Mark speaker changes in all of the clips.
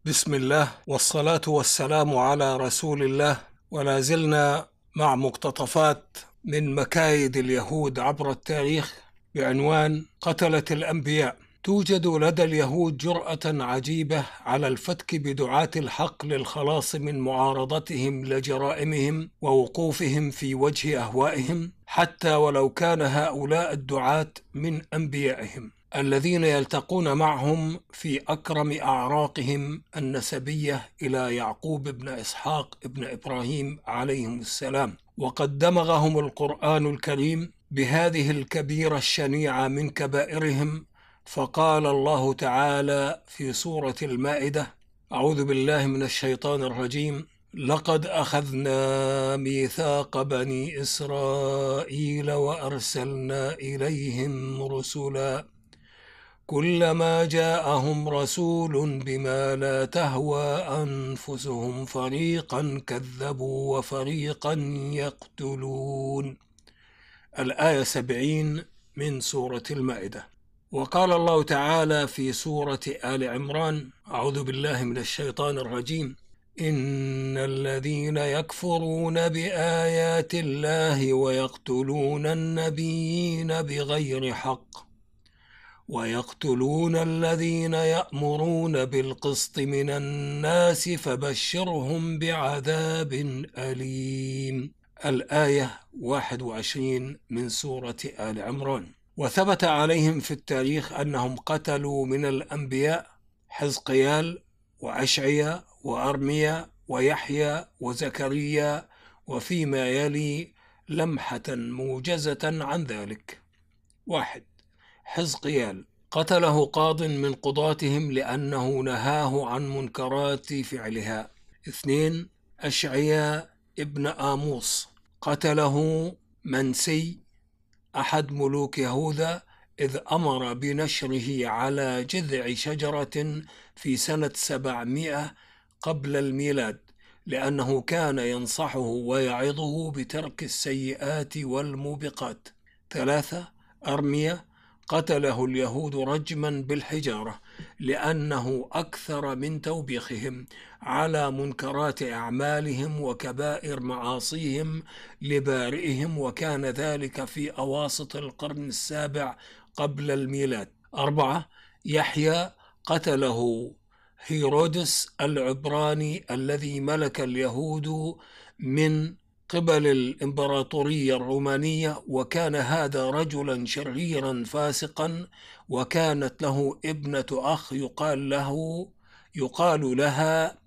Speaker 1: بسم الله والصلاة والسلام على رسول الله. ولا زلنا مع مقتطفات من مكايد اليهود عبر التاريخ بعنوان قتلة الأنبياء. توجد لدى اليهود جرأة عجيبة على الفتك بدعاة الحق للخلاص من معارضتهم لجرائمهم ووقوفهم في وجه أهوائهم، حتى ولو كان هؤلاء الدعاة من أنبيائهم الذين يلتقون معهم في أكرم أعراقهم النسبية إلى يعقوب بن إسحاق بن إبراهيم عليهم السلام. وقد دمغهم القرآن الكريم بهذه الكبيرة الشنيعة من كبائرهم، فقال الله تعالى في سورة المائدة: أعوذ بالله من الشيطان الرجيم: لقد أخذنا ميثاق بني إسرائيل وأرسلنا إليهم رسلا كلما جاءهم رسول بما لا تهوى أنفسهم فريقا كذبوا وفريقا يقتلون. الآية 70 من سورة المائدة. وقال الله تعالى في سورة آل عمران: أعوذ بالله من الشيطان الرجيم: إن الذين يكفرون بآيات الله ويقتلون النبيين بغير حق ويقتلون الذين يأمرون بالقسط من الناس فبشرهم بعذاب أليم. الآية 21 من سورة آل عمران. وثبت عليهم في التاريخ أنهم قتلوا من الأنبياء حزقيال وأشعيا وأرميا ويحيى وزكريا، وفيما يلي لمحة موجزة عن ذلك. 1. حزقيال قتله قاض من قضاتهم لأنه نهاه عن منكرات فعلها. 2. أشعياء ابن آموس قتله منسي أحد ملوك يهوذا، إذ أمر بنشره على جذع شجرة في سنة 700 قبل الميلاد، لأنه كان ينصحه ويعظه بترك السيئات والموبقات. 3. أرميا قتله اليهود رجما بالحجارة لأنه أكثر من توبيخهم على منكرات أعمالهم وكبائر معاصيهم لبارئهم، وكان ذلك في أواسط القرن 7 قبل الميلاد. 4. يحيى قتله هيرودس العبراني الذي ملك اليهود من قبل الإمبراطورية الرومانية، وكان هذا رجلا شريرا فاسقا، وكانت له ابنة أخ يقال لها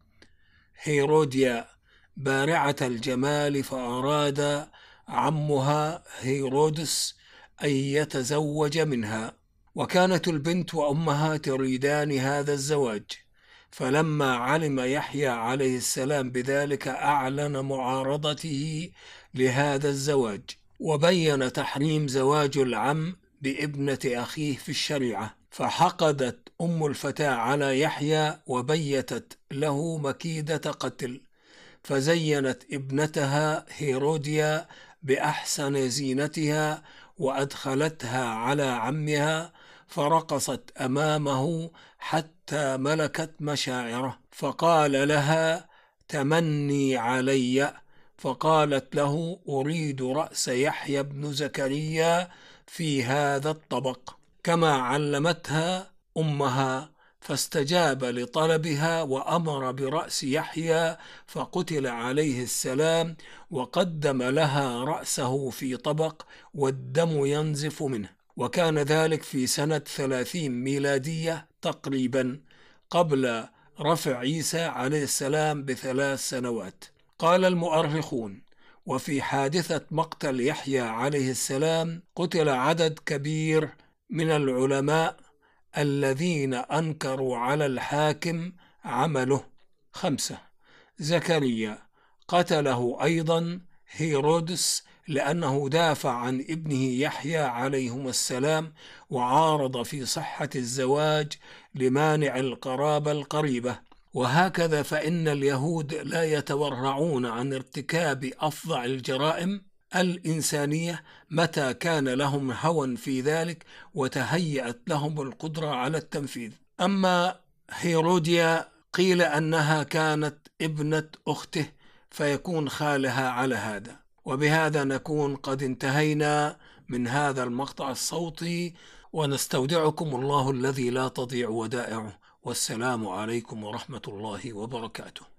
Speaker 1: هيروديا بارعة الجمال، فأراد عمها هيرودس أن يتزوج منها، وكانت البنت وأمها تريدان هذا الزواج. فلما علم يحيى عليه السلام بذلك أعلن معارضته لهذا الزواج، وبين تحريم زواج العم بابنة أخيه في الشريعة. فحقدت أم الفتاة على يحيى وبيتت له مكيدة قتل، فزينت ابنتها هيروديا بأحسن زينتها وأدخلتها على عمها، فرقصت أمامه حتى ملكت مشاعره، فقال لها: تمني علي، فقالت له: أريد رأس يحيى بن زكريا في هذا الطبق، كما علمتها أمها. فاستجاب لطلبها وأمر برأس يحيى، فقتل عليه السلام، وقدم لها رأسه في طبق والدم ينزف منه. وكان ذلك في سنة 30 ميلادية تقريبا، قبل رفع عيسى عليه السلام ب3 سنوات. قال المؤرخون: وفي حادثة مقتل يحيى عليه السلام قتل عدد كبير من العلماء الذين أنكروا على الحاكم عمله. 5. زكريا قتله أيضا هيرودس لأنه دافع عن ابنه يحيى عليهما السلام، وعارض في صحة الزواج لمانع القرابة القريبة. وهكذا فإن اليهود لا يتورعون عن ارتكاب أفظع الجرائم الإنسانية متى كان لهم هوى في ذلك وتهيأت لهم القدرة على التنفيذ. أما هيروديا وقيل أنها كانت ابنة أخته فيكون خالها على هذا. وبهذا نكون قد انتهينا من هذا المقطع الصوتي، ونستودعكم الله الذي لا تضيع ودائعه، والسلام عليكم ورحمة الله وبركاته.